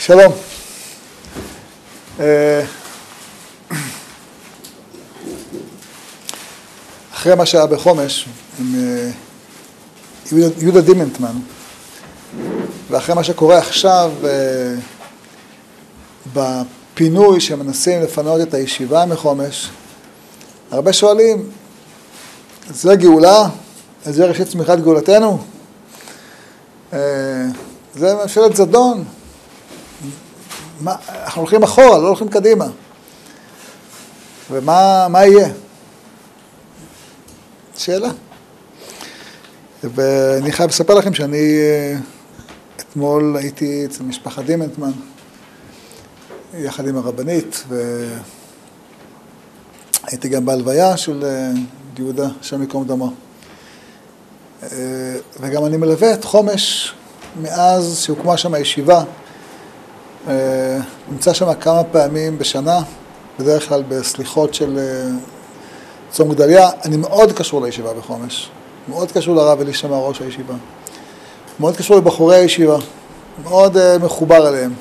שלום. אחרי מה שהיה בחומש עם יהודה דימנטמן, ואחרי מה שקורה עכשיו בפינוי שמנסים לפנות את הישיבה מחומש, הרבה שואלים, זה גאולה? זה ראשית צמיחת גאולתנו? זה ממשלת זדון? אנחנו הולכים אחורה, לא הולכים קדימה. ומה יהיה? שאלה. ואני חייב לספר לכם שאני אתמול הייתי אצל משפחת דימנטמן, יחד עם הרבנית, והייתי גם בהלוויה של יהודה, השם יקום דמו. וגם אני מלווה את חומש מאז שהוקמה שם הישיבה. נמצא שם כמה פעמים בשנה, בדרך כלל בסליחות של צום גדליה. אני מאוד קשור לישיבה בחומש, מאוד קשור לרב אלישע ראש הישיבה, מאוד קשור לבחורי הישיבה, מאוד מחובר אליהם.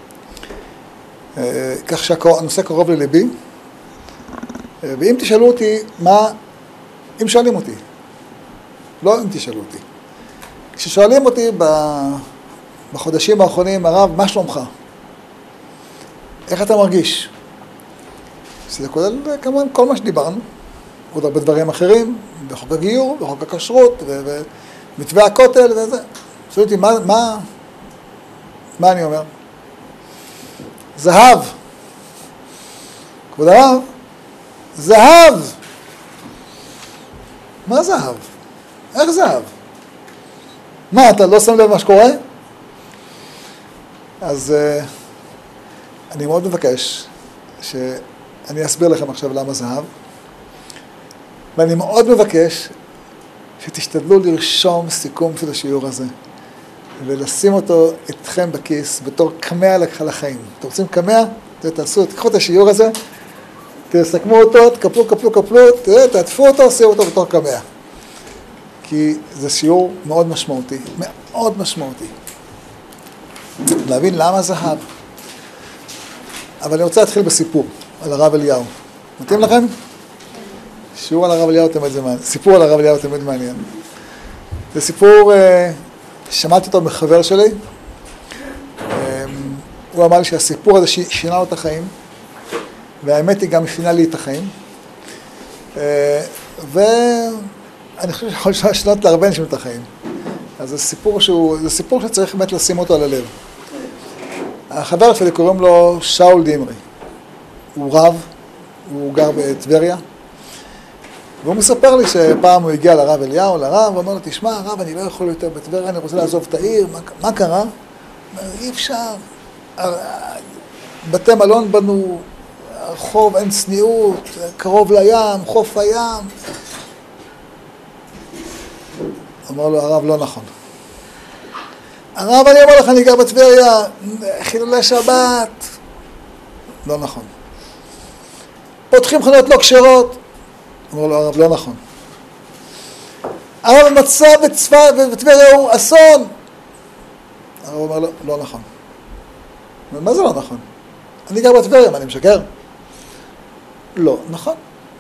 כך שהנושא קרוב לליבי. ואם תשאלו אותי אם שואלים אותי, לא אם תשאלו אותי, כששואלים אותי בחודשים האחרונים, הרב, מה שלומך? איך אתה מרגיש? זה כולל כמובן כל מה שדיברנו, עוד הרבה דברים אחרים, בחוק הגיור, בחוק הכשרות, ומתווה הכותל וזה. שואלים אותי, מה אני אומר? זהב. כבוד הרב, זהב. מה זהב? איך זהב? מה, אתה לא שם לב מה שקורה? אז אני מאוד מבקש שאני אסביר לכם עכשיו למה זהב, ואני מאוד מבקש שתשתדלו לרשום סיכום של השיעור הזה, ולשים אותו איתכם בכיס בתור קמע לחיים. אתם רוצים קמע? תיקחו את השיעור הזה, תסכמו אותו, תקפלו, תעטפו אותו, שימו אותו בתור קמע. כי זה שיעור מאוד משמעותי, מאוד משמעותי. להבין למה זהב. אבל אני רוצה להתחיל בסיפור על הרב אליהו. מתאים לכם? שיעור על הרב אליהו תמיד זה מעניין. סיפור על הרב אליהו תמיד מעניין. זה סיפור, שמעתי אותו מחבר שלי. הוא אמר לי שהסיפור הזה שינה לו את החיים, והאמת היא גם שינה לי את החיים. ואני חושב שיכול לשנות להרבה אנשים את החיים. אז זה סיפור שצריך באמת לשים אותו על הלב. החבר שלי קוראים לו שאול דמרי. הוא רב, הוא גר בטבריה. והוא מספר לי שפעם הוא הגיע לרב אליהו, לרב, ואומר לו, תשמע, הרב, אני לא יכול יותר בטבריה, אני רוצה לעזוב את העיר, מה קרה? הוא אומר, אי אפשר. בתי מלון בנו, הרחוב אין צניעות, קרוב לים, חוף הים. אמר לו, הרב, לא נכון. הרב, אני אומר לך, אני גר בטבריה, חילולי שבת. לא נכון. פותחים חנויות לא כשרות. אמר לו, הרב, לא נכון. הרב, המצב בטבריה הוא אסון. הרב אומר לו, לא נכון. מה זה לא נכון? אני גר בטבריה, מה, אני משקר? לא, נכון.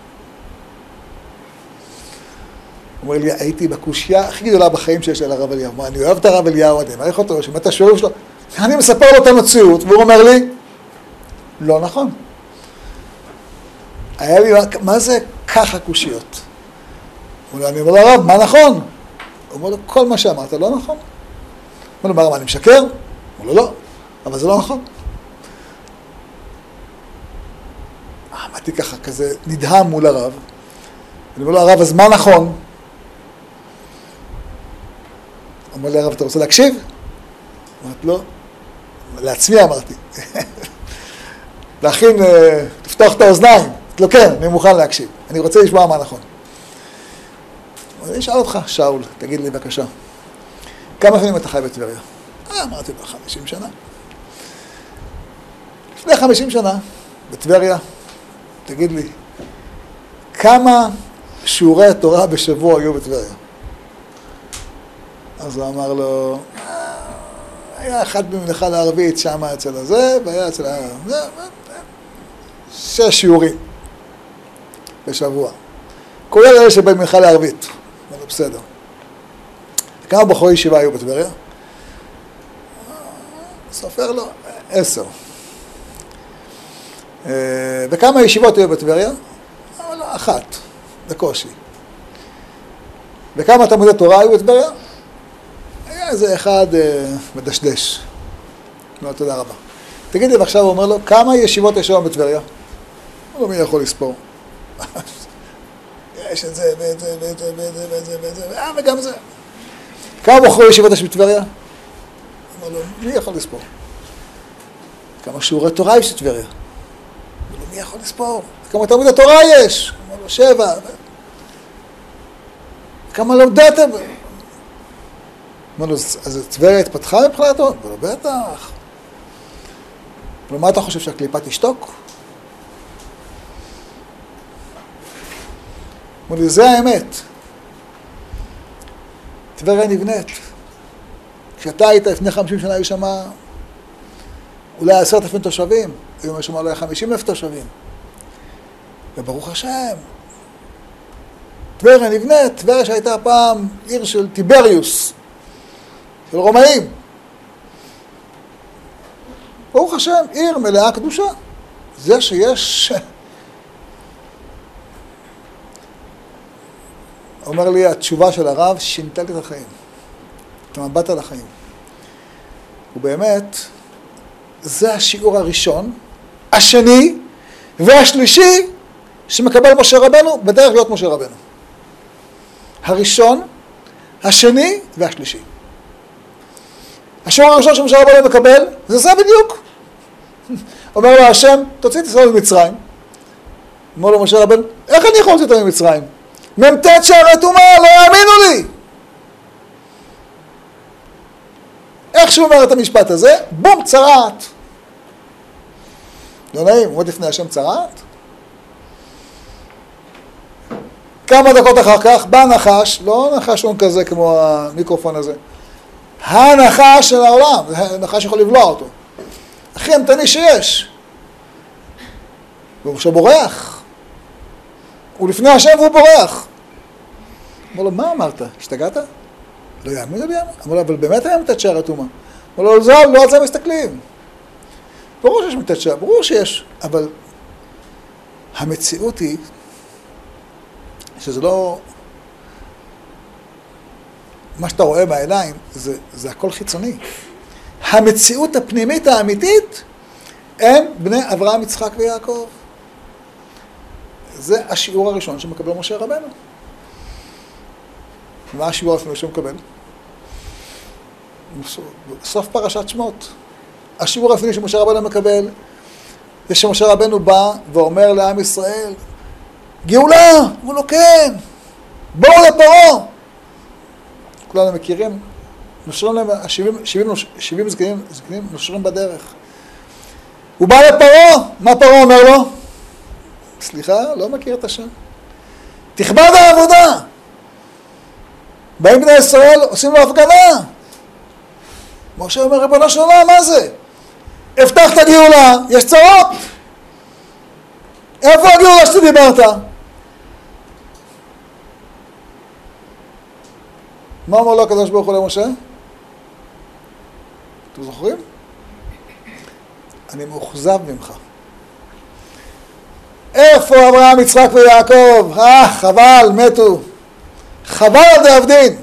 הוא אומר לי, הייתי בקושיה הכי גדולה בחיים שיש על הרב אליהו. מה, אני אוהב את הרב אליהו, אני מעריך אותו, שמעת השיעורים שלו. אני מספר לו את המציאות, והוא אומר לי, לא נכון. היה לי, מה זה ככה קושיות? אני אומר לו, הרב, מה נכון? הוא אומר לו, כל מה שאמרת לא נכון. הוא אומר לו, מה, אני משקר? הוא אומר לו, לא, אבל זה לא נכון. עמדתי ככה, כזה נדהם מול הרב. אני אומר לו, הרב, אז מה נכון? הוא אומר לי, הרב, אתה רוצה להקשיב? אמרתי, לא. לעצמי אמרתי. להכין, לפתוח את האוזניים. אמרתי לו, כן, אני מוכן להקשיב. אני רוצה לשמוע מה נכון. אני אשאל אותך, שאול, תגיד לי בבקשה. כמה שנים אתה חי בטבריה? אמרתי לו, 50 שנה. לפני 50 שנה, בטבריה, תגיד לי, כמה שיעורי התורה בשבוע היו בטבריה? אז הוא אמר לו, היה אחד במנחה לערבית שם אצל הזה, והיה אצל ה... 6 שיעורים בשבוע. כולל אלה שבמנחה לערבית. אבל בסדר. כמה בחורי ישיבה היו בטבריה? סופר לו 10. וכמה ישיבות היו בטבריה? אבל 1, בקושי. וכמה תלמודי תורה היו בטבריה? היה איזה אחד מדשדש. לא, תודה רבה. תגיד לי, ועכשיו הוא אומר לו, כמה ישיבות יש היום בטבריה? הוא לא מי יכול לספור. יש את זה, ואת זה, ואת זה, ואת זה, ואת זה, ואת זה, וגם זה. כמה בחורי ישיבות יש בטבריה? הוא אומר לו, מי יכול לספור? כמה שיעורי תורה יש בטבריה? הוא אומר לו, מי יכול לספור? כמה תלמודי תורה יש? הוא אומר לו, 7. כמה לומדתם? הוא אומר לו, אז טבריה התפתחה מבחינתו? הוא אומר לו, בטח. אבל מה אתה חושב, שהקליפה תשתוק? הוא אומר לי, זה האמת. טבריה נבנית. כשאתה היית לפני 50 שנה, היו שם אולי 10,000 תושבים, היום יש שם אולי 50,000 תושבים. וברוך השם, טבריה נבנית, טבריה שהייתה פעם עיר של טיבריוס, של רומאים. ברוך השם, עיר מלאה קדושה. זה שיש... אומר לי, התשובה של הרב שינתה לי את החיים. את המבט על החיים. ובאמת, זה השיעור הראשון, השני והשלישי שמקבל משה רבנו בדרך להיות משה רבנו. הראשון, השני והשלישי. השיעור הראשון שמשה רבנו מקבל, זה בדיוק. אומר לו השם, תוציא את ישראל ממצרים. אומר לו משה רבנו, איך אני יכול לצאת ממצרים? מ"ט שערי טומאה, לא יאמינו לי. איך שהוא אומר את המשפט הזה, בום, צרעת. לא נעים, עומד לפני השם צרעת. כמה דקות אחר כך, בא נחש, לא נחשון כזה כמו המיקרופון הזה, הנחש של העולם, נחש יכול לבלוע אותו. הכי אמתני שיש. ומשה בורח. הוא לפני השם והוא בורח. אמר לו, מה אמרת? השתגעת? לא יאמינו לי? אמר לו, אבל באמת היה מ"ט שערי טומאה. אמר לו, לא על זה מסתכלים. ברור שיש מ"ט שערי, ברור שיש, אבל המציאות היא שזה לא... מה שאתה רואה בעיניים, זה הכל חיצוני. המציאות הפנימית האמיתית הם בני אברהם, יצחק ויעקב. זה השיעור הראשון שמקבל משה רבנו. מה השיעור הראשון שמקבל? סוף פרשת שמות. השיעור הראשון שמשה רבנו מקבל, זה שמשה רבנו בא ואומר לעם ישראל, גאולה! אמרו לו, כן! בואו לפרעה! כולנו מכירים, נושרים להם, 70 זקנים נושרים בדרך. הוא בא לפרעה, מה פרעה אומר לו? סליחה, לא מכיר את השם. תכבד העבודה. באים בני ישראל, עושים לו הפגנה. משה אומר, ריבונו של עולם, מה זה? הבטחת גאולה, יש צרות. איפה הגאולה שאתה דיברת? מה אמר לו הקדוש ברוך הוא למשה? אתם זוכרים? אני מאוכזב ממך. איפה אברהם, יצחק ויעקב? חבל, מתו. חבל על דאבדין.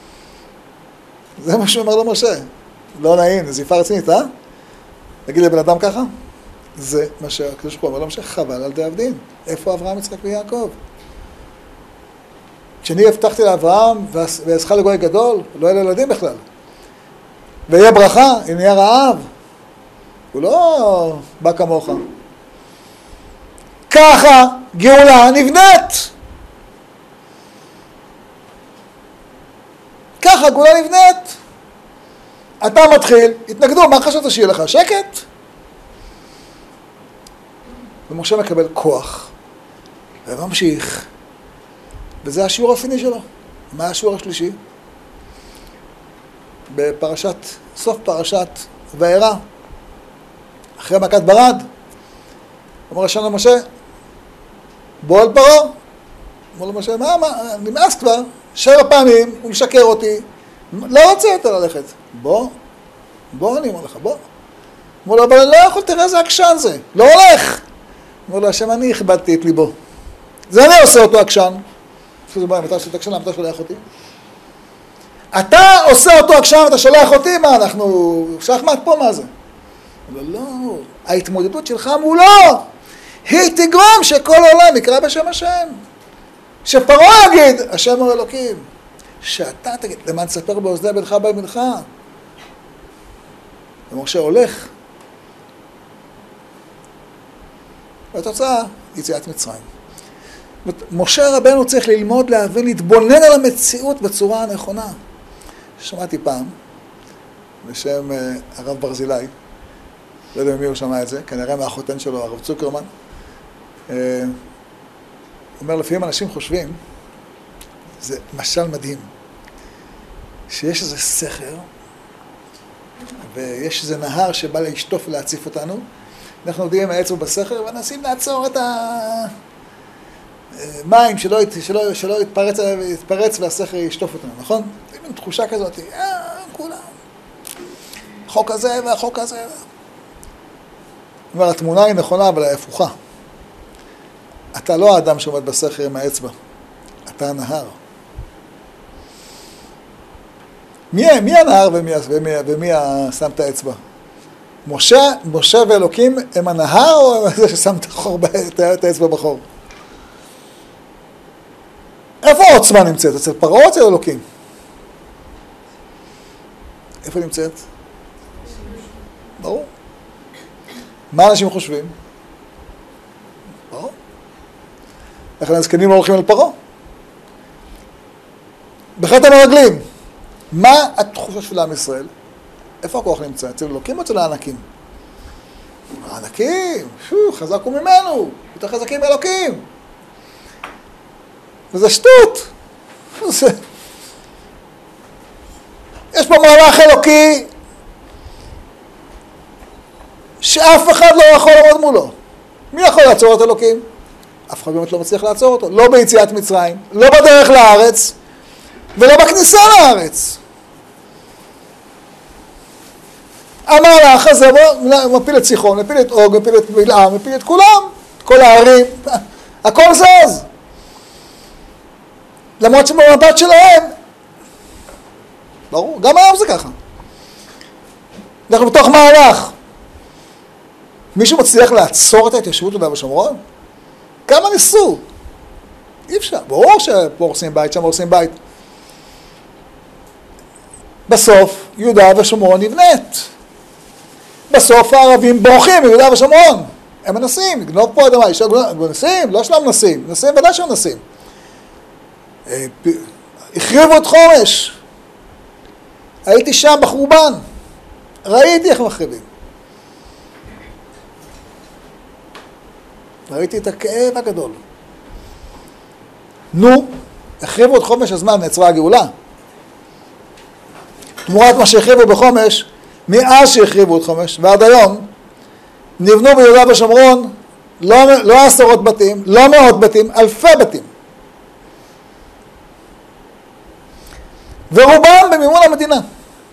זה מה שהוא אומר למשה. לא נעים, זו זיפה רצינית, תגיד לבן אדם ככה? זה מה שהקדוש ברוך הוא אומר למשה, חבל על דאבדין. איפה אברהם, יצחק ויעקב? כשאני הבטחתי לאברהם ועשך לגוי גדול, לא היה לילדים בכלל. ויהיה ברכה, אם נהיה רעב. הוא לא בא כמוך. ככה גאולה נבנית. ככה גאולה נבנית. אתה מתחיל, התנגדו, מה חשבת שיהיה לך? שקט. ומשה מקבל כוח. וממשיך. וזה השיעור הפיני שלו. מה השיעור השלישי? סוף פרשת וארא, אחרי מכת ברד, אומר השם למשה, בוא אל פרעה. אמר לו משה, מה, נמאס כבר, 7 פעמים, הוא משקר אותי, לא רוצה יותר ללכת. בוא, אני אומר לך, בוא. אמר לו, אבל אני לא יכול, תראה איזה עקשן זה, לא הולך. אמר לו, השם, אני הכבדתי את ליבו. זה אני עושה אותו עקשן. איפה זה בא, אם אתה עושה את עקשן, למה אתה שולח אותי? אתה עושה אותו עקשן ואתה שולח אותי, מה, אנחנו שחמט פה, מה זה? אבל לא, ההתמודדות שלך מולו, היא תגרום שכל העולם יקרא בשם השם. שפרעה יגיד, השם הוא אלוקים. שאתה תגיד, למען תספר באוזני בינך בימינך. ומשה הולך. והתוצאה, יציאת מצרים. משה רבנו צריך ללמוד, להבין, להתבונן על המציאות בצורה הנכונה. שמעתי פעם, בשם הרב ברזילי, לא יודע מי הוא שמע את זה, כנראה מהחותן שלו, הרב צוקרמן. הוא אומר, לפעמים אנשים חושבים, זה משל מדהים, שיש איזה סכר, ויש איזה נהר שבא להשטוף ולהציף אותנו, אנחנו עומדים עם האצבע בסכר, ונסים לעצור את המים שלא יתפרץ והסכר ישטוף אותנו, נכון? זה מין תחושה כזאת, כולם. החוק הזה והחוק הזה. זאת אומרת, התמונה היא נכונה, אבל היא הפוכה. אתה לא האדם שעומד בסכר עם האצבע, אתה הנהר. מי הנהר ומי שם את האצבע? משה ואלוקים הם הנהר או זה ששם את האצבע בחור? איפה העוצמה נמצאת? אצל פרעה או אצל אלוקים? איפה נמצאת? ברור. מה אנשים חושבים? ברור. לכן הזקנים לא הולכים אל פרעה. בחטא המרגלים, מה התחושה של עם ישראל? איפה הכוח נמצא? אצל אלוקים או אצל הענקים? הענקים, חזק הוא ממנו, יותר חזקים מאלוקים. וזה שטות. יש פה מהלך אלוקי שאף אחד לא יכול לעמוד מולו. מי יכול לעצור את אלוקים? אף אחד באמת לא מצליח לעצור אותו. לא ביציאת מצרים, לא בדרך לארץ, ולא בכניסה לארץ. המהלך הזה מפיל את סיחון, מפיל את אוג, מפיל את בלעם, מפיל את כולם, את כל הערים, הכל זז. למרות שבמבט שלהם, ברור, גם היום זה ככה. אנחנו בתוך מהלך. מישהו מצליח לעצור את ההתיישבות ביהודה ושומרון? כמה ניסו? אי אפשר. ברור שפה הורסים בית, שם הורסים בית. בסוף יהודה ושומרון נבנית. בסוף הערבים בורחים מיהודה ושומרון. הם מנסים, לגנוב פה אדמה, מנסים, לא שלום מנסים, מנסים ודאי שהם מנסים. החריבו את חומש. הייתי שם בחורבן. ראיתי איך מחריבים. ראיתי את הכאב הגדול. נו, החריבו את חומש, הזמן נעצרה הגאולה. תמורת מה שהחריבו בחומש, מאז שהחריבו את חומש, ועד היום, נבנו ביהודה ושומרון לא 10 בתים, לא 100 בתים, 1000 בתים. ורובם במימון המדינה.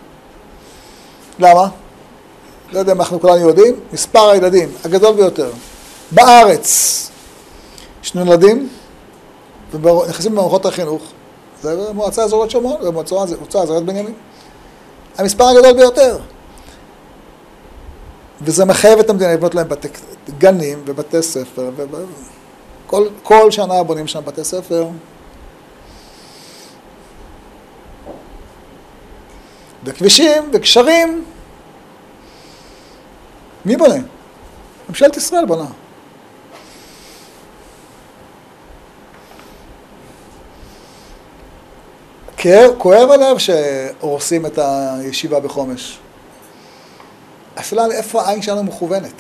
למה? לא יודע אם אנחנו כולנו יודעים, מספר הילדים הגדול ביותר בארץ, 2 ילדים, ונכנסים במערכות החינוך, זה מועצה אזורית שומרון, זה מועצה אזורית בנימין. המספר הגדול ביותר. וזה מחייב את המדינה לבנות להם גנים ובתי ספר, כל שנה בונים שם בתי ספר. וכבישים וקשרים. מי בונה? ממשלת ישראל בונה. כואב הלב שהורסים את הישיבה בחומש. אפילו איפה העין שלנו מכוונת.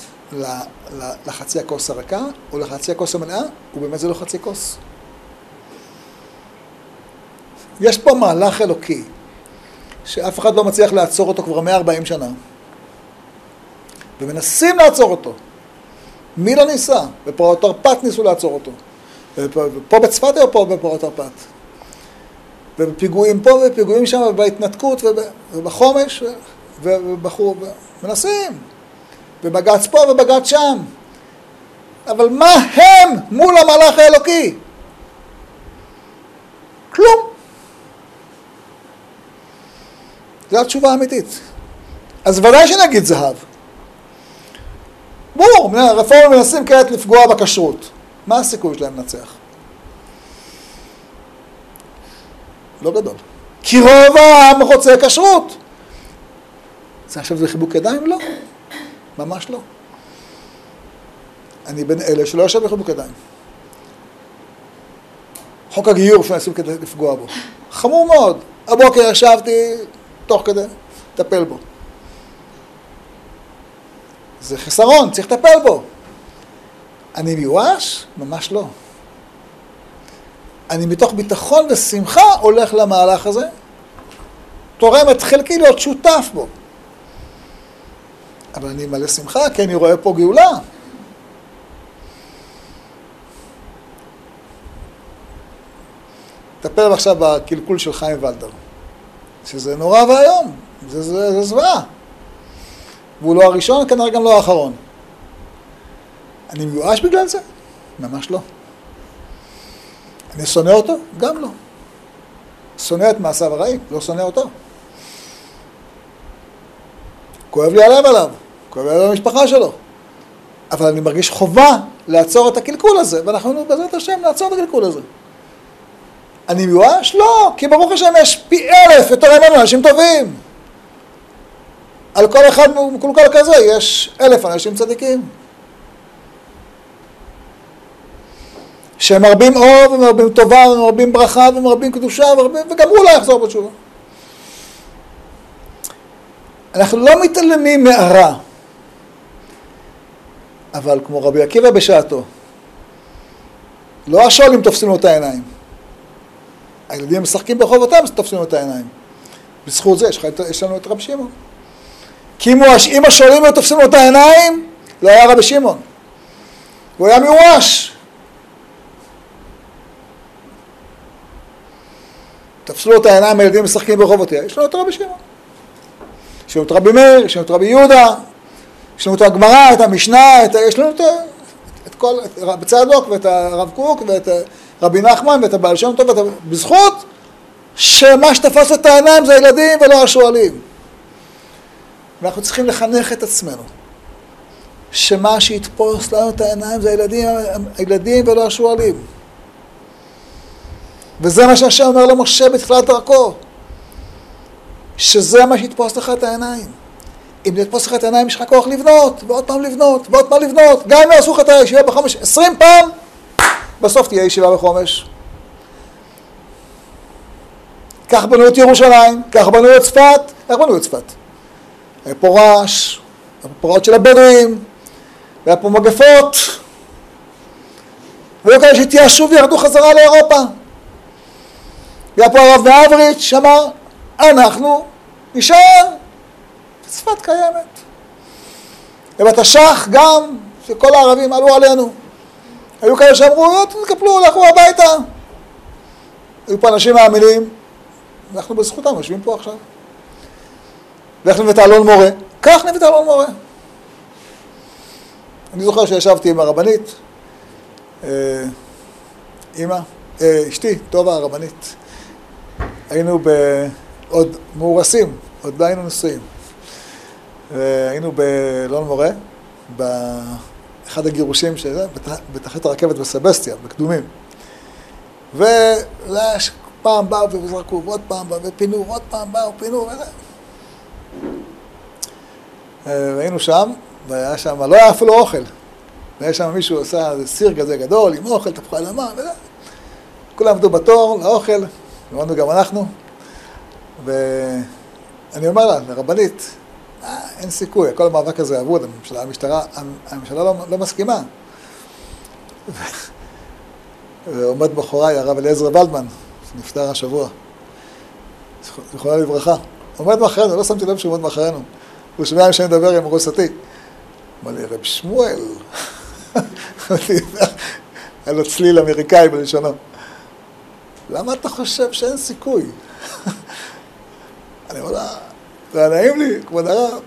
לחצי הכוס הריקה או לחצי הכוס המלאה, ובאמת זה לא חצי כוס. יש פה מהלך אלוקי, שאף אחד לא מצליח לעצור אותו כבר 140 שנה. ומנסים לעצור אותו. מי לא ניסה? בפרעות תרפ"ט ניסו לעצור אותו. פה בצפת או פה בפרעות תרפ"ט. ובפיגועים פה ופיגועים שם, ובהתנתקות ובחומש, ובחור, מנסים. ובגץ פה ובגץ שם. אבל מה הם מול המהלך האלוקי? כלום. זו התשובה האמיתית. אז ודאי שנגיד זהב. ברור, הרפורמים מנסים כעת לפגוע בכשרות. מה הסיכוי שלהם לנצח? לא גדול. כי רוב העם רוצה כשרות. זה עכשיו זה חיבוק ידיים? לא. ממש לא. אני בין אלה שלא יושב בחיבוק ידיים. חוק הגיור שמנסים כדי לפגוע בו. חמור מאוד. הבוקר ישבתי תוך כדי לטפל בו. זה חסרון, צריך לטפל בו. אני מיואש? ממש לא. אני מתוך ביטחון ושמחה הולך למהלך הזה, תורם את חלקי להיות שותף בו. אבל אני מלא שמחה, כי אני רואה פה גאולה. טפל עכשיו בקלקול של חיים ולדר, שזה נורא והיום, זה זוועה. והוא לא הראשון, כנראה גם לא האחרון. אני מיואש בגלל זה? ממש לא. אני שונא אותו? גם לא. שונא את מעשיו הרעים, לא שונא אותו. כואב לי הלב עליו, כואב לי על המשפחה שלו. אבל אני מרגיש חובה לעצור את הקלקול הזה, ואנחנו בעזרת השם נעצור את הקלקול הזה. אני מיואש? לא, כי ברוך השם יש פי 1000 יותר ממנו אנשים טובים. על כל אחד מקולקל כזה יש 1000 אנשים צדיקים. שהם מרבים אור ומרבים טובה ומרבים ברכה ומרבים קדושה וגם הוא לא יחזור בתשובה. אנחנו לא מתעלמים מהרע. אבל כמו רבי עקיבא בשעתו, לא השואלים תופסים לו את העיניים. הילדים משחקים ברחוב אותם, אז תופסים לו את העיניים. בזכות זה יש לנו את רבי שמעון. כי אם השואלים היו תופסים לו את העיניים, לא היה רבי שמעון. הוא היה מיואש. תפסו לו את העיניים, הילדים משחקים ברחובותיה. יש לנו את רבי שמעון. יש לנו את רבי מאיר, יש לנו את רבי יהודה, יש לנו את הגמרא, את המשנה, יש לנו את כל, את רבי צדוק ואת הרב קוק ואת רבי נחמן ואת הבעל שם טוב, בזכות שמה שתפס את העיניים זה הילדים ולא השואלים. ואנחנו צריכים לחנך את עצמנו. שמה שיתפוס לנו את העיניים זה הילדים ולא השואלים. וזה מה שהשם אומר למשה בתחילת דרכו. שזה מה שיתפוס לך את העיניים. אם יתפוס לך את העיניים, יש לך כוח לבנות, ועוד פעם לבנות, ועוד פעם לבנות. גם אם יעשו לך את הישיבה בחומש 20 פעם, בסוף תהיה ישיבה בחומש. כך בנו את ירושלים, כך בנו את צפת. איך בנו את צפת? היה פה רעש, היה פה פרעות של הבדואים, והיה פה מגפות. והיו כאלה שהתייאשו וירדו חזרה לאירופה. והיה פה הרב מאבריץ' שאמר, אנחנו נשאר. צפת קיימת. ובתש"ח גם, שכל הערבים עלו עלינו. היו כאלה שאמרו, תקפלו, לכו הביתה. היו פה אנשים מאמינים, אנחנו בזכותם, יושבים פה עכשיו. ואיך נבאת אלון מורה? כך נבאת אלון מורה. אני זוכר שישבתי עם הרבנית, אמא, אשתי, טובה הרבנית. היינו עוד מאורסים, עוד לא היינו נשואים. היינו באלון מורה, באחד הגירושים שזה, בתחת הרכבת בסבסטיה, בקדומים. פעם באו וזרקו, ועוד פעם באו ופינו, עוד פעם באו ופינו, וזה. והיינו שם, והיה שם, לא היה אפילו אוכל. והיה שם מישהו עשה סיר כזה גדול, עם אוכל, תפוחי אדמה, וזה. כולם עמדו בתור לאוכל, למדנו גם אנחנו. ואני אומר לה, לרבנית, אין סיכוי, כל המאבק הזה עבוד, הממשלה לא מסכימה. ועומד בחוריי הרב אליעזר ולדמן, שנפטר השבוע. זיכרונה לברכה. עומד מאחרינו, לא שמתי לב שהוא עומד מאחרינו. הוא שומע שאני מדבר עם רוסתי. אמר לי, רב שמואל. היה לו צליל אמריקאי בלשונו. למה אתה חושב שאין סיכוי? אני אומר לה, זה נעים לי, כבוד הרב.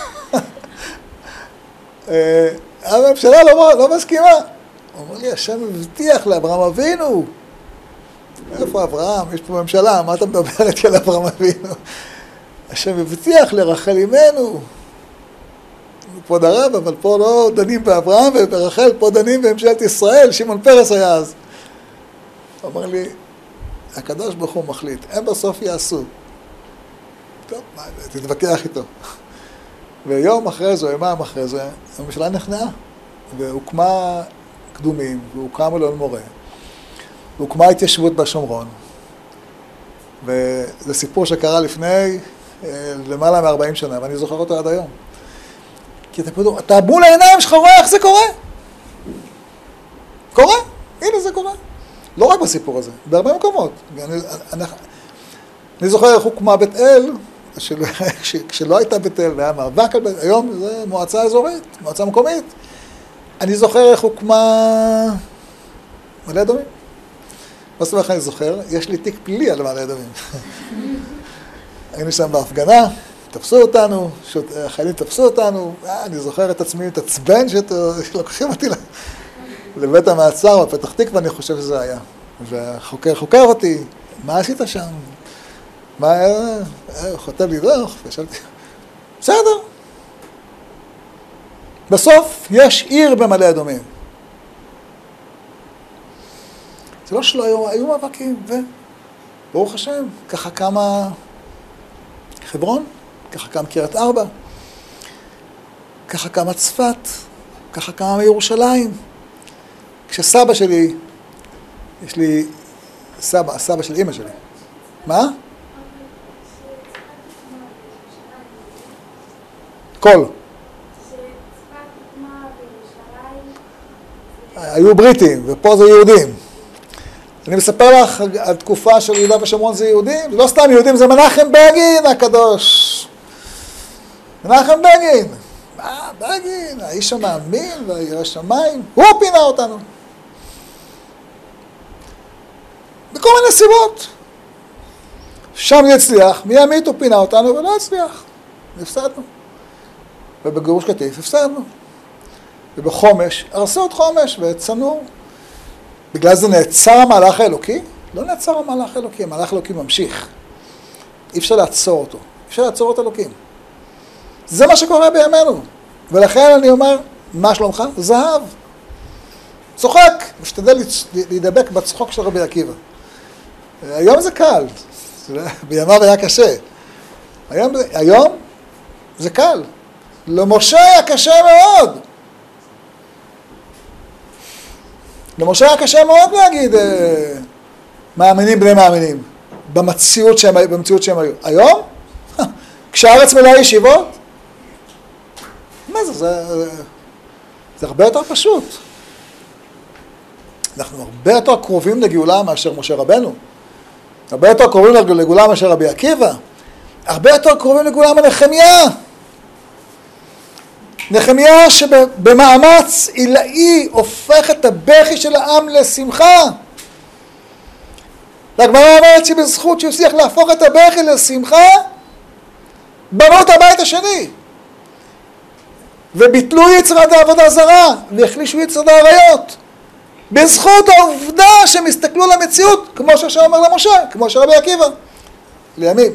הממשלה לא מסכימה. הוא אומר לי, השם הבטיח לאברהם אבינו. איפה אברהם? יש פה ממשלה, מה אתה מדבר איתי על אברהם אבינו? השם הבטיח לרחל אמנו. כבוד הרב, אבל פה לא דנים באברהם וברחל, פה דנים בממשלת ישראל, שמעון פרס היה אז. הוא אמר לי, הקדוש ברוך הוא מחליט, הם בסוף יעשו. טוב, תתווכח איתו. ויום אחרי זה, יומיים אחרי זה, הממשלה נכנעה, והוקמה קדומים, והוקם אלון מורה, והוקמה התיישבות בשומרון, וזה סיפור שקרה לפני למעלה מ-40 שנה, ואני זוכר אותו עד היום. כי אתה מול העיניים שלך רואה איך זה קורה. קורה, הנה זה קורה. לא רק בסיפור הזה, בהרבה מקומות. אני זוכר איך הוקמה בית אל, כשלא הייתה בית אל, והיה מאבק על בית אל, היום זה מועצה אזורית, מועצה מקומית. אני זוכר איך הוקמה מעלה אדומים. מה זאת אומרת אני זוכר? יש לי תיק פלילי על מעלה אדומים. היינו שם בהפגנה, תפסו אותנו, החיילים תפסו אותנו, אני זוכר את עצמי, את עצבן שלוקחים אותי לבית המעצר, בפתח תקווה אני חושב שזה היה. והחוקר חוקר אותי, מה עשית שם? מה היה? הוא חוטב לי דוח, ושאלתי, בסדר. בסוף יש עיר במעלה אדומים. זה לא שלא היו מאבקים, וברוך השם, ככה קמה חברון, ככה קם קריית ארבע, ככה קמה צפת, ככה קמה ירושלים. כשסבא שלי, יש לי סבא של אמא שלי. מה? כל. היו בריטים, ופה זה יהודים. אני מספר לך על תקופה של יהודה ושומרון זה יהודים, זה לא סתם יהודים, זה מנחם בגין הקדוש. מנחם בגין. מה בגין? האיש המאמין והירא שמיים, הוא פינה אותנו. בכל מיני סיבות. שם זה הצליח, מימית הוא פינה אותנו ולא הצליח. הפסדנו. ובגירוש קטיף הפסדנו. ובחומש, הרסו את חומש והצנו. בגלל זה נעצר המהלך האלוקי? לא נעצר המהלך האלוקי, המהלך האלוקי ממשיך. אי אפשר לעצור אותו, אי אפשר לעצור את אלוקים. זה מה שקורה בימינו. ולכן אני אומר, מה שלומך? זהב. צוחק, משתדל להידבק בצחוק של רבי עקיבא. היום זה קל, בימיו היה קשה. היום זה קל. למשה היה קשה מאוד. למשה היה קשה מאוד להגיד מאמינים בני מאמינים, במציאות שהם היו. היום, כשהארץ מלאה ישיבות, מה זה? זה הרבה יותר פשוט. אנחנו הרבה יותר קרובים לגאולה מאשר משה רבנו. הרבה יותר קרובים לגאולה מאשר רבי עקיבא. הרבה יותר קרובים לגאולה מנחמיה. נחמיה שבמאמץ עילאי הופך את הבכי של העם לשמחה. והגמרא אומרת שבזכות שהוא הצליח להפוך את הבכי לשמחה, בנו את הבית השני. וביטלו יצרת העבודה זרה, והחלישו יצרת העריות. בזכות העובדה שהם הסתכלו על המציאות, כמו שהשם אומר למשה, כמו שרבי עקיבא, לימים.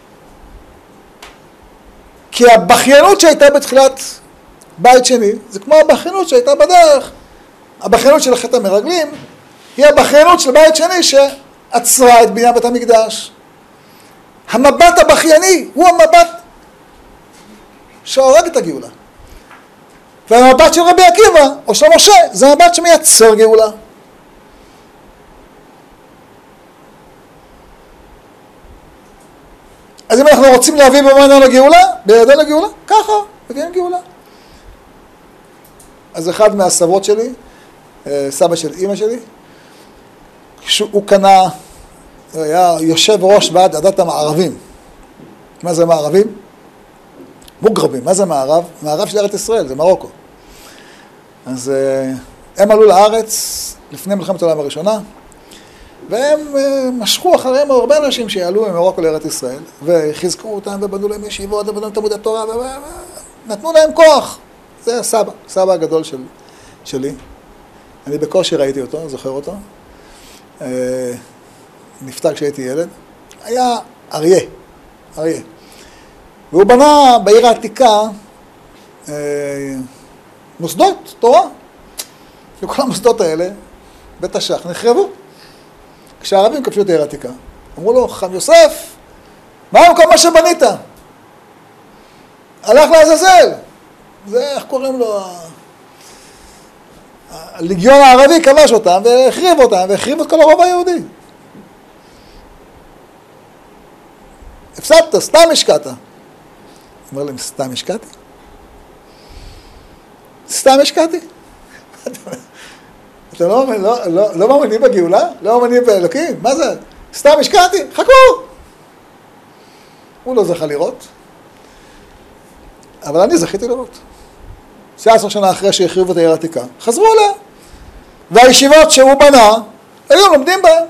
כי הבכיינות שהייתה בתחילת בית שני, זה כמו הבכיינות שהייתה בדרך. הבכיינות של חטא המרגלים, היא הבכיינות של בית שני שעצרה את בניין בית המקדש. המבט הבכייני הוא המבט שהורג את הגאולה. והמבט של רבי עקיבא, או של משה, זה המבט שמייצר גאולה. אז אם אנחנו רוצים להביא במענה לגאולה, בידנו לגאולה, ככה, מביאים גאולה. אז אחד מהסבות שלי, סבא של אמא שלי, הוא קנה הוא היה יושב ראש ועד עדת המערבים. מה זה מערבים? מוגרבים. מה זה מערב? מערב של ארץ ישראל, זה מרוקו. אז הם עלו לארץ לפני מלחמת העולם הראשונה, והם משכו אחריהם הרבה אנשים שיעלו ממרוקו לארץ ישראל, וחיזקו אותם ובנו להם ישיבות, ובנו להם תלמודי תורה, ונתנו להם כוח. זה סבא הגדול שלי. אני בקושי ראיתי אותו, זוכר אותו. נפטר כשהייתי ילד. היה אריה. והוא בנה בעיר העתיקה מוסדות תורה. וכל המוסדות האלה, בית השח, נחרבו. כשהערבים כבשו את העיר העתיקה, אמרו לו, חכם יוסף, מה עם כל מה שבנית? הלך לעזאזל. זה, איך קוראים לו? הלגיון הערבי כבש אותם והחריב אותם, והחריב את כל הרוב היהודי. הפסדת, סתם השקעת. אומר להם, סתם השקעתי? סתם השקעתי? אתם לא מאמינים בגאולה? לא מאמינים באלוקים? מה זה? סתם השקעתי? חכו! הוא לא זכה לראות, אבל אני זכיתי לראות. 19 שנה אחרי שהחריבו את העיר העתיקה, חזרו אליה. והישיבות שהוא בנה, היו לומדים בהן.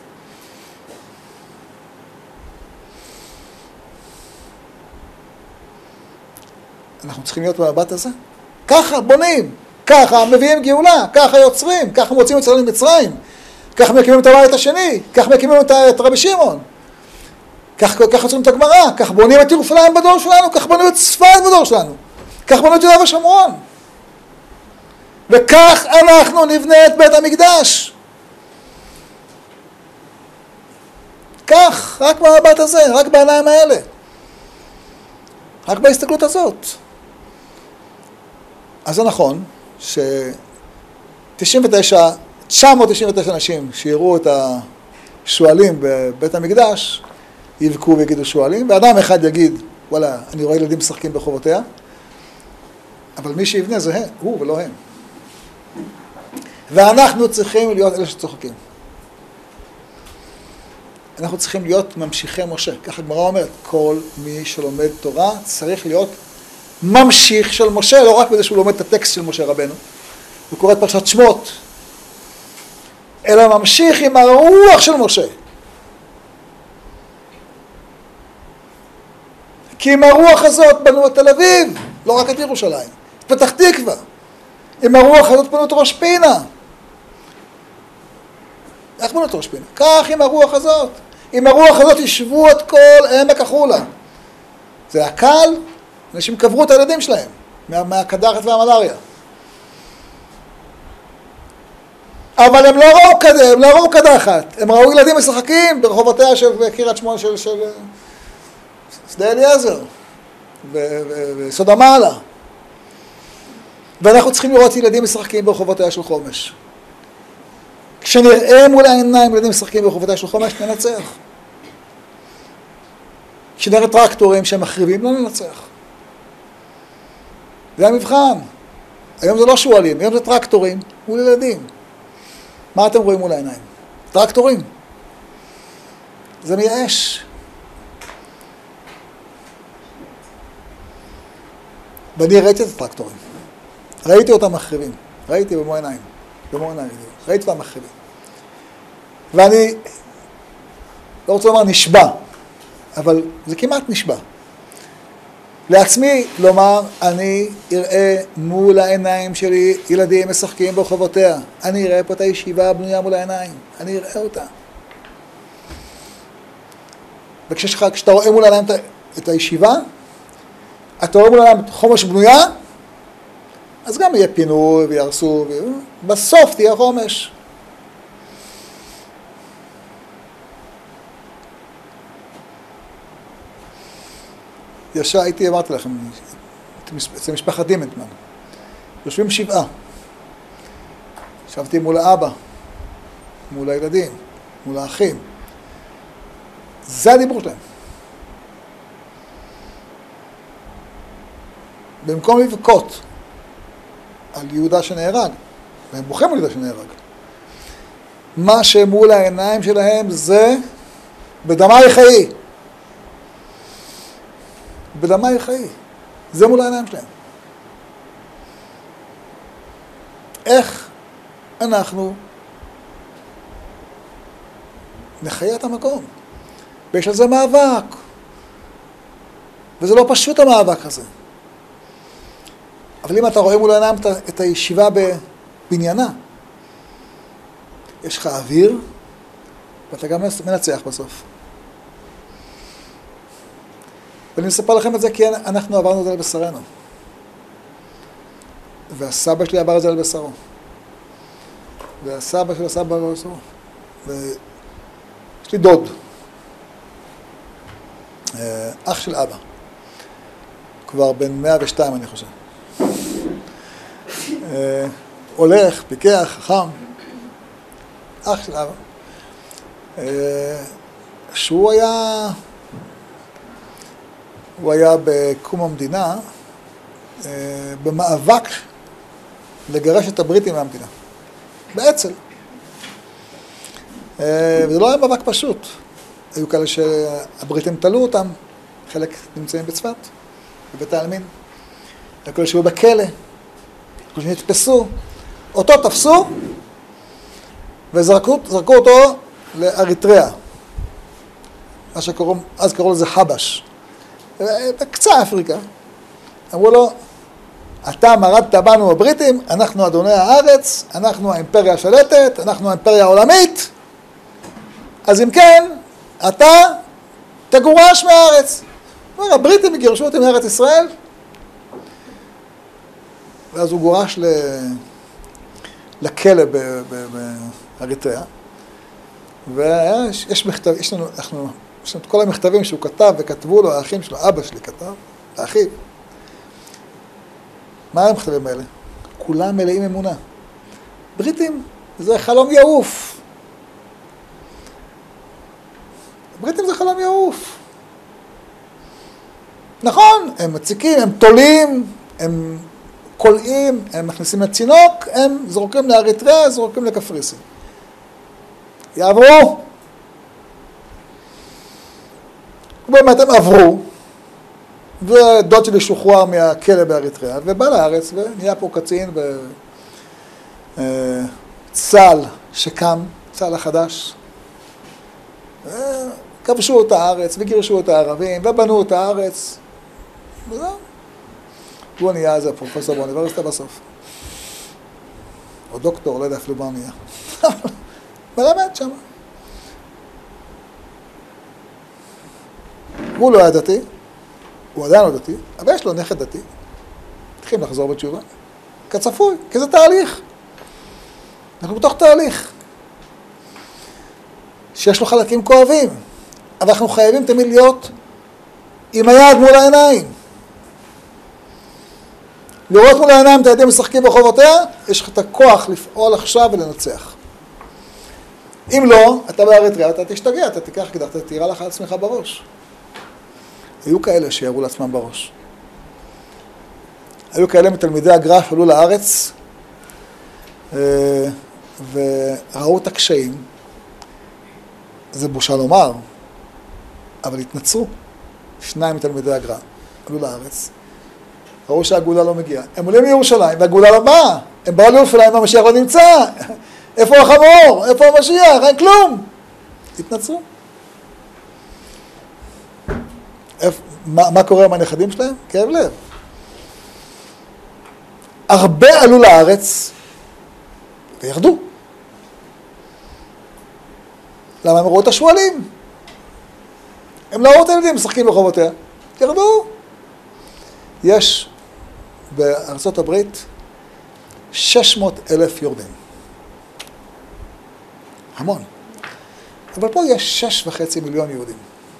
אנחנו צריכים להיות במבט הזה. ככה בונים, ככה מביאים גאולה, ככה יוצרים, ככה מוצאים את ישראלים ממצרים, ככה מקימים את הבית השני, ככה מקימים את רבי שמעון, ככה יוצרים את הגמרא, ככה בונים את ירושלים בדור שלנו, ככה בונים את צפת בדור שלנו, ככה בונים את יהודה ושומרון. וכך אנחנו נבנה את בית המקדש. כך, רק במבט הזה, רק בעיניים האלה. רק בהסתכלות הזאת. אז זה נכון ש-999 אנשים שיראו את השואלים בבית המקדש, יבכו ויגידו שואלים, ואדם אחד יגיד, וואלה, אני רואה ילדים משחקים ברחובותיה, אבל מי שיבנה זה הוא ולא הם. ואנחנו צריכים להיות אלה שצוחקים. אנחנו צריכים להיות ממשיכי משה. ככה הגמרא אומרת, כל מי שלומד תורה צריך להיות ממשיך של משה, לא רק בזה שהוא לומד את הטקסט של משה רבנו, הוא קורא את פרשת שמות, אלא ממשיך עם הרוח של משה. כי עם הרוח הזאת בנו את תל אביב, לא רק את ירושלים, את פתח תקווה. עם הרוח הזאת בנו את ראש פינה. איך בנו את ראש פינה? כך עם הרוח הזאת. עם הרוח הזאת ישבו את כל עמק החולה. זה הקל, אנשים קברו את הילדים שלהם, מהקדחת והמלריה. אבל הם לא ראו קדחת, הם ראו ילדים משחקים ברחובותיה של קריית שמואל של שדה אליעזר וסוד המעלה. ואנחנו צריכים לראות ילדים משחקים ברחובותיה של חומש. כשנראה מול העיניים ילדים משחקים ברחובותיה של חומש, ננצח. כשנראה טרקטורים שהם מחריבים, לא ננצח. זה המבחן. היום זה לא שואלים, היום זה טרקטורים מול ילדים. מה אתם רואים מול העיניים? טרקטורים. זה מייאש. ואני ראיתי את הטרקטורים. ראיתי אותם מחריבים. ראיתי במו עיניים. ראיתי אותם מחריבים. ואני לא רוצה לומר נשבע, אבל זה כמעט נשבע. לעצמי לומר, אני אראה מול העיניים שלי ילדים משחקים ברחובותיה. אני אראה פה את הישיבה הבנויה מול העיניים. אני אראה אותה. וכשאתה רואה מול העיניים את הישיבה, אתה רואה מול העיניים את חומש בנויה, אז גם יהיה פינוי וירסו, בסוף תהיה חומש. הייתי, אמרתי לכם, אצל משפחת דימנטמן. יושבים 7. ישבתי מול האבא, מול הילדים, מול האחים. זה הדיבור שלהם. במקום לבכות על יהודה שנהרג, והם בוכים על יהודה שנהרג, מה שמול העיניים שלהם זה בדמי חיי. בדמי חיי. זה מול העיניים שלהם. איך אנחנו נחיה את המקום? ויש על זה מאבק. וזה לא פשוט המאבק הזה. אבל אם אתה רואה מול העיניים את הישיבה בבניינה, יש לך אוויר, ואתה גם מנצח בסוף. ואני מספר לכם את זה כי אנחנו עברנו את זה על בשרנו. והסבא שלי עבר את זה על בשרו. והסבא של הסבא עבר על בשרו. ויש לי דוד. אח של אבא. כבר בן 102 אני חושב. הולך, פיקח, חכם. אח של אבא. שהוא היה בקום המדינה במאבק לגרש את הבריטים מהמדינה. באצ"ל. וזה לא היה מאבק פשוט. היו כאלה שהבריטים תלו אותם, חלק נמצאים בצפת, בבית העלמין. היו כאלה שהיו בכלא, כאלה שנתפסו. אותו תפסו וזרקו אותו לאריתריאה. מה שקראו, אז קראו לזה חבש. בקצה אפריקה. אמרו לו, אתה מרדת בנו הבריטים, אנחנו אדוני הארץ, אנחנו האימפריה השלטת, אנחנו האימפריה העולמית. אז אם כן, אתה תגורש מהארץ. אומר, הבריטים יגרשו אותי מארץ ישראל. ואז הוא גורש לכלא באריתריאה. ויש מכתב, יש לנו את כל המכתבים שהוא כתב וכתבו לו, האחים שלו, אבא שלי כתב, האחיו. מה המכתבים האלה? כולם מלאים אמונה. בריטים, זה חלום יעוף. בריטים זה חלום יעוף. נכון, הם מציקים, הם תולים, הם קולעים, הם מכניסים לצינוק, הם זורקים לאריתריאה, זורקים לקפריסין. יעברו. ובאמת הם עברו, ודוד שלי שוחרר מהכלא באריתריאה, ובא לארץ ונהיה פה קצין בצה"ל שקם, צה"ל החדש. כבשו את הארץ וגירשו את הערבים ובנו את הארץ. וזהו. הוא נהיה איזה פרופסור באוניברסיטה בסוף. או דוקטור, לא יודע אפילו מה הוא נהיה. מלמד שם. הוא לא היה דתי, הוא עדיין לא דתי, אבל יש לו נכד דתי. צריכים לחזור בתשובה. כצפוי, כי זה תהליך. אנחנו בתוך תהליך. שיש לו חלקים כואבים, אבל אנחנו חייבים תמיד להיות עם היד מול העיניים. לראות מול העיניים את הידים משחקים ברחובותיה, יש לך את הכוח לפעול עכשיו ולנצח. אם לא, אתה באריתריאה, אתה תשתגע, אתה תיקח אקדח, אתה תירה לך על עצמך בראש. היו כאלה שירו לעצמם בראש. היו כאלה מתלמידי הגר"א שעלו לארץ, וראו את הקשיים. זה בושה לומר, אבל התנצרו. 2 מתלמידי הגר"א עלו לארץ. ראו שהגאולה לא מגיעה. הם עולים לירושלים, והגאולה לא באה. הם באו לירושלים, המשיח לא נמצא. איפה החמור? איפה המשיח? אין כלום. התנצרו. מה קורה עם הנכדים שלהם? כאב לב. הרבה עלו לארץ וירדו. למה הם ראו את השועלים? הם לא ראו את הילדים משחקים ברחובותיה. ירדו. יש בארצות הברית 600,000 יורדים. המון. אבל פה יש 6.5 מיליון יהודים.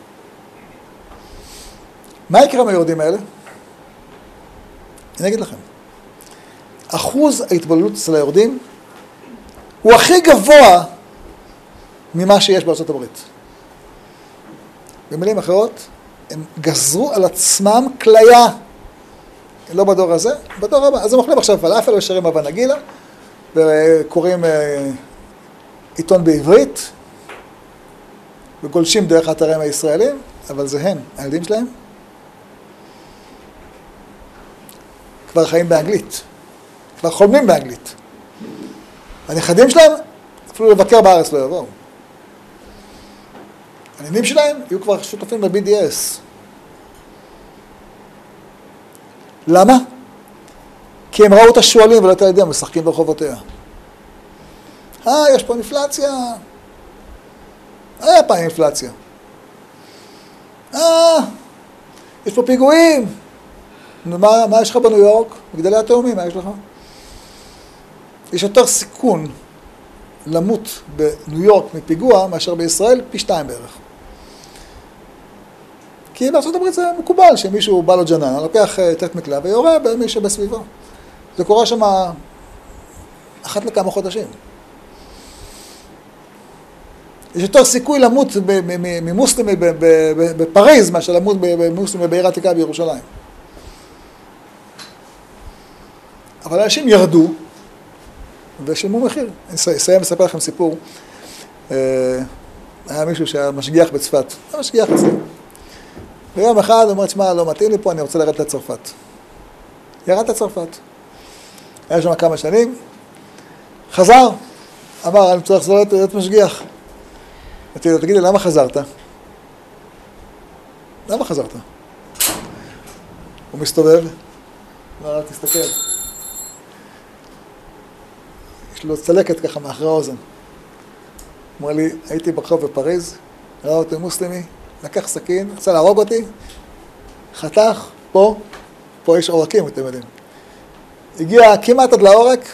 מה יקרה מהיהודים האלה? אני אגיד לכם. אחוז ההתבוללות אצל היהודים הוא הכי גבוה ממה שיש בארצות הברית. במילים אחרות, הם גזרו על עצמם כליה. לא בדור הזה, בדור הבא. אז הם אוכלים עכשיו פלאפל ושרים אבא נגילה, וקוראים עיתון בעברית, וגולשים דרך האתרים הישראלים, אבל זה הם, הילדים שלהם, כבר חיים באנגלית, כבר חולמים באנגלית. הנכדים שלהם, אפילו לבקר בארץ לא יבואו. הנינים שלהם יהיו כבר שותפים ב-BDS. למה? כי הם ראו את השואלים ולא את הילדים, משחקים ברחובותיה. יש פה אינפלציה. היה פעם אינפלציה. יש פה פיגועים. מה יש לך בניו יורק? מגדלי התאומים, מה יש לך? יש יותר סיכון למות בניו יורק מפיגוע מאשר בישראל, פי 2 בערך. כי בארצות הברית זה מקובל שמישהו בא לו ג'נן, לוקח טט מקלע ויורה במי שבסביבו. זה קורה שם אחת לכמה חודשים. יש יותר סיכוי למות ממוסלמי בפריז מאשר למות ממוסלמי בעיר העתיקה בירושלים. אבל אנשים ירדו ושילמו מחיר. אני אסיים לספר לכם סיפור. היה מישהו שהיה משגיח בצפת. היה משגיח אצלי. ויום אחד הוא אומר, תשמע, לא מתאים לי פה, אני רוצה לרדת לצרפת. ירד לצרפת. היה שם כמה שנים. חזר. אמר, אני צריך לחזור להיות משגיח. תגיד לי, למה חזרת? למה חזרת? הוא מסתובב. אמר, תסתכל. יש לו צלקת ככה מאחרי האוזן. אמר לי, הייתי ברחוב בפריז, ראה אותי מוסלמי, לקח סכין, רצה להרוג אותי, חתך, פה יש עורקים, אתם יודעים. הגיע כמעט עד לעורק,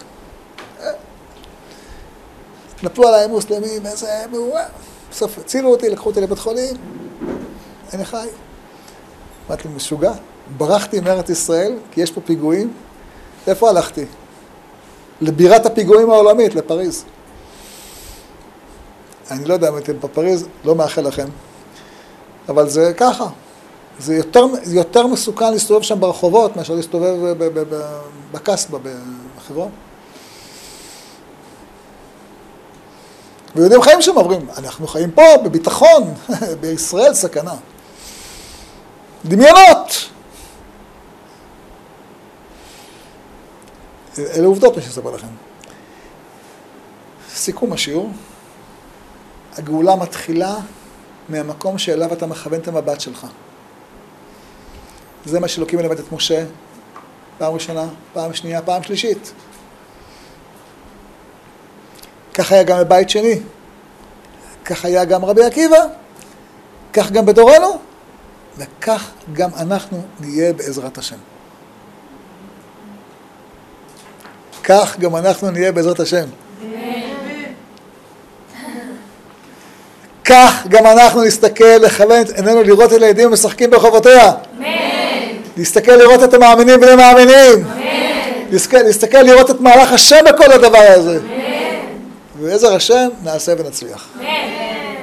נפלו עליי מוסלמים, איזה מאומה. בסוף הצילו אותי, לקחו אותי לבית חולים, אני חי. אמרתי לי, משוגע, ברחתי מארץ ישראל, כי יש פה פיגועים. איפה הלכתי? לבירת הפיגועים העולמית, לפריז. אני לא יודע אם אתם בפריז, לא מאחל לכם, אבל זה ככה. זה יותר מסוכן להסתובב שם ברחובות, מאשר להסתובב בקסבה, בחברון. ויהודים חיים שם, אומרים, אנחנו חיים פה בביטחון, בישראל סכנה. דמיונות! אלה עובדות מה שספר לכם. סיכום השיעור, הגאולה מתחילה מהמקום שאליו אתה מכוון את המבט שלך. זה מה שאלוקים מלמד את משה, פעם ראשונה, פעם שנייה, פעם שלישית. כך היה גם בבית שני, כך היה גם רבי עקיבא, כך גם בדורנו, וכך גם אנחנו נהיה בעזרת השם. כך גם אנחנו נהיה בעזרת השם. כך גם אנחנו נסתכל, לכוון את עינינו לראות את הילדים משחקים ברחובותיה. להסתכל לראות את המאמינים בני מאמינים. להסתכל לראות את מהלך השם בכל הדבר הזה. ובעזר השם נעשה ונצליח.